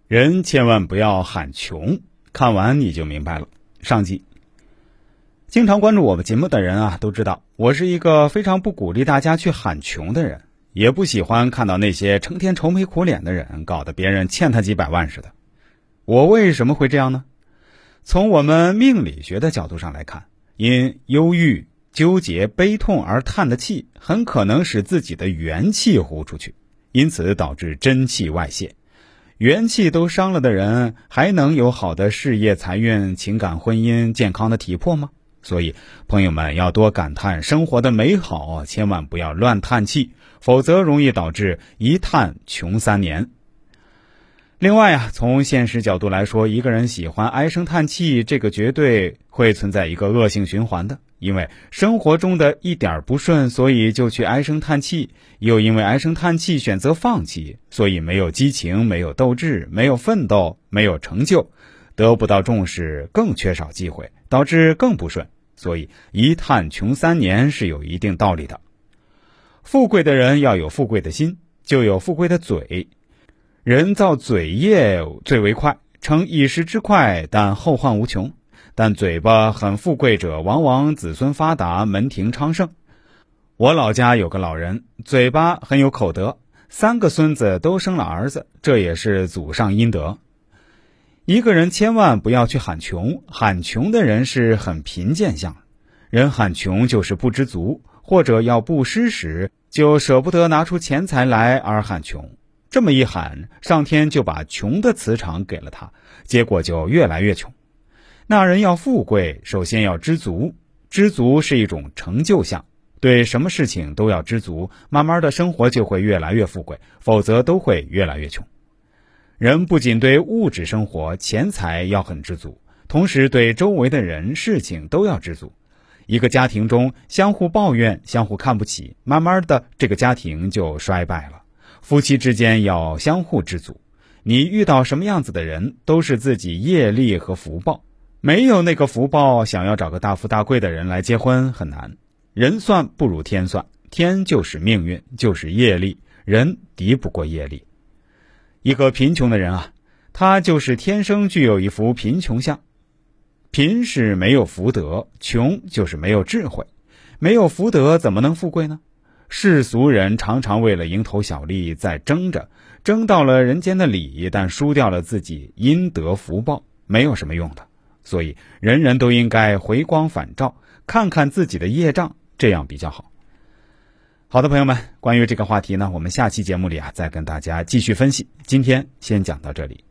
人千万不要喊穷，看完你就明白了。上集，经常关注我们节目的人啊，都知道我是一个非常不鼓励大家去喊穷的人，也不喜欢看到那些成天愁眉苦脸的人，搞得别人欠他几百万似的。我为什么会这样呢？从我们命理学的角度上来看，因忧郁、纠结、悲痛而叹的气，很可能使自己的元气呼出去，因此导致真气外泄。元气都伤了的人，还能有好的事业、财运、情感、婚姻、健康的体魄吗？所以朋友们要多感叹生活的美好，千万不要乱叹气，否则容易导致一叹穷3年。另外啊，从现实角度来说，一个人喜欢唉声叹气，这个绝对会存在一个恶性循环的。因为生活中的一点不顺，所以就去唉声叹气，又因为唉声叹气选择放弃，所以没有激情，没有斗志，没有奋斗，没有成就，得不到重视，更缺少机会，导致更不顺。所以一叹穷3年是有一定道理的。富贵的人要有富贵的心，就有富贵的嘴。人造嘴业最为快，称一时之快，但后患无穷。但嘴巴很富贵者，往往子孙发达，门庭昌盛。我老家有个老人，嘴巴很有口德，3个孙子都生了儿子，这也是祖上阴德。一个人千万不要去喊穷，喊穷的人是很贫贱相。人喊穷就是不知足，或者要布施时就舍不得拿出钱财来而喊穷。这么一喊，上天就把穷的磁场给了他，结果就越来越穷。那人要富贵，首先要知足，知足是一种成就相，对什么事情都要知足，慢慢的生活就会越来越富贵，否则都会越来越穷。人不仅对物质生活、钱财要很知足，同时对周围的人、事情都要知足。一个家庭中相互抱怨、相互看不起，慢慢的这个家庭就衰败了。夫妻之间要相互知足，你遇到什么样子的人，都是自己业力和福报。没有那个福报，想要找个大富大贵的人来结婚很难。人算不如天算，天就是命运，就是业力，人敌不过业力。一个贫穷的人啊，他就是天生具有一副贫穷相。贫是没有福德，穷就是没有智慧。没有福德怎么能富贵呢？世俗人常常为了蝇头小利在争着，争到了人间的理，但输掉了自己阴德福报，没有什么用的。所以人人都应该回光返照，看看自己的业障，这样比较好。好的朋友们，关于这个话题呢，我们下期节目里再跟大家继续分析。今天先讲到这里。